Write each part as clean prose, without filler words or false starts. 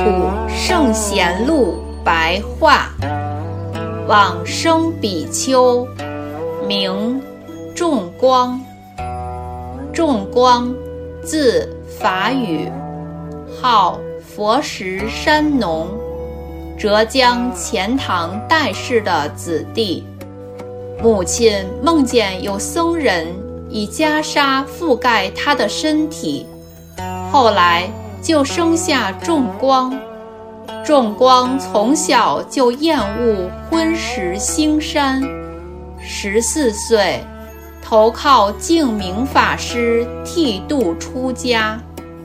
圣贤录白话。往生比丘，名众光。众光，字法语，号佛石山农，浙江钱塘戴氏的子弟。母亲梦见有僧人以袈裟覆盖他的身体，后来就生下众光。众光从小就厌恶荤食腥膻，14岁投靠净明法师剃度出家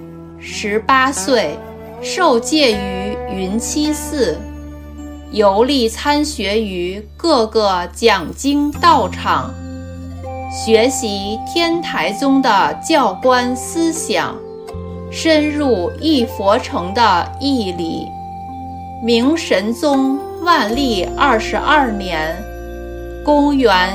，18岁受戒于云栖寺，游历参学于各个讲经道场，学习天台宗的教观思想，深入一佛乘的义理。明神宗万历22年，公元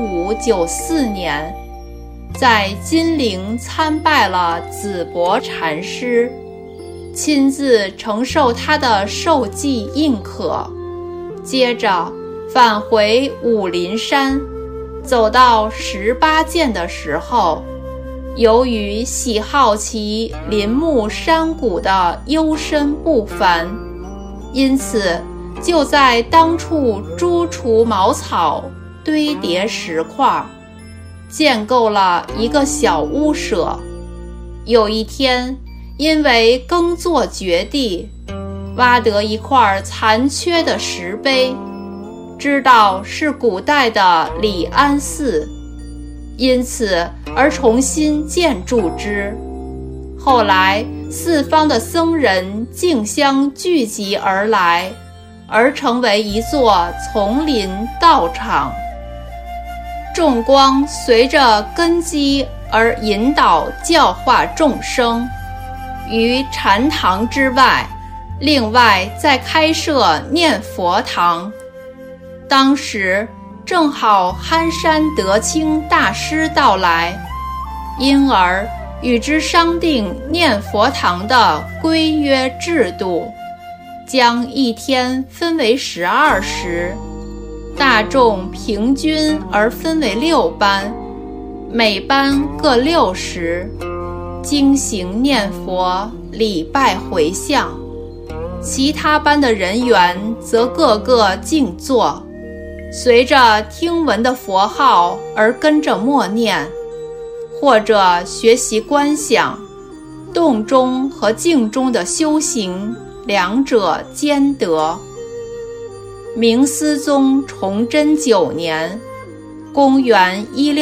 1594年，在金陵参拜了紫柏禅师，亲自承受他的受记印可，接着返回武陵山，走到18涧的时候，由于喜好其林木山谷的幽深不凡，因此就在当处诸除茅草，堆叠石块，建构了一个小屋舍。有一天，因为耕作绝地，挖得一块残缺的石碑，知道是古代的李安寺，因此而重新建筑之。后来四方的僧人竞相聚集而来，而成为一座丛林道场。众光随着根基而引导教化众生，于禅堂之外，另外再开设念佛堂。当时正好憨山德清大师到来，因而与之商定念佛堂的规约制度，将一天分为12时，大众平均而分为6班，每班各6时，经行念佛、礼拜回向。其他班的人员则个个静坐，随着听闻的佛号而跟着默念，或者学习观想，动中和静中的修行两者兼得。明思宗崇祯9年，公元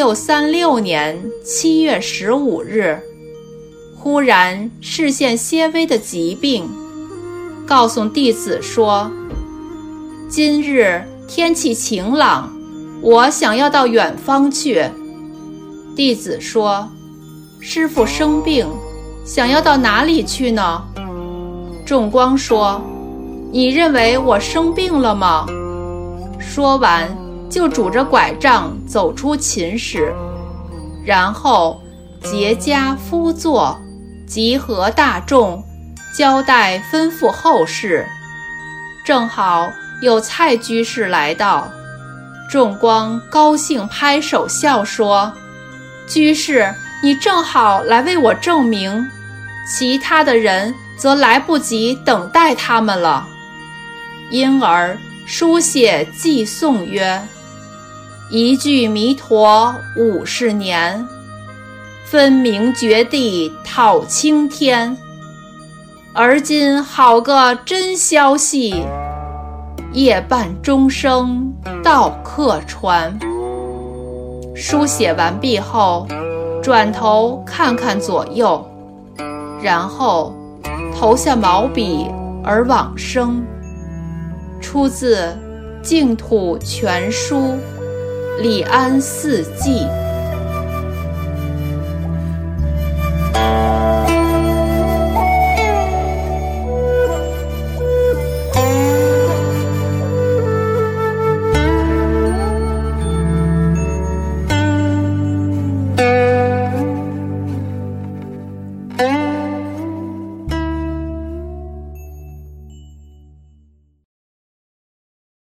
1636年7月15日，忽然视现些微的疾病，告诉弟子说：今日天气晴朗，我想要到远方去。弟子说：师父生病，想要到哪里去呢？众光说：你认为我生病了吗？说完就拄着拐杖走出寝室，然后结跏趺坐，集合大众，交代吩咐后事。正好有蔡居士来到，众光高兴拍手笑说：居士，你正好来为我证明，其他的人则来不及等待他们了。因而书写寄颂曰：一句弥陀50年，分明觉地讨青天。而今好个真消息，夜半钟声到客船。书写完毕后，转头看看左右，然后投下毛笔而往生。出自《净土全书·李安四记》。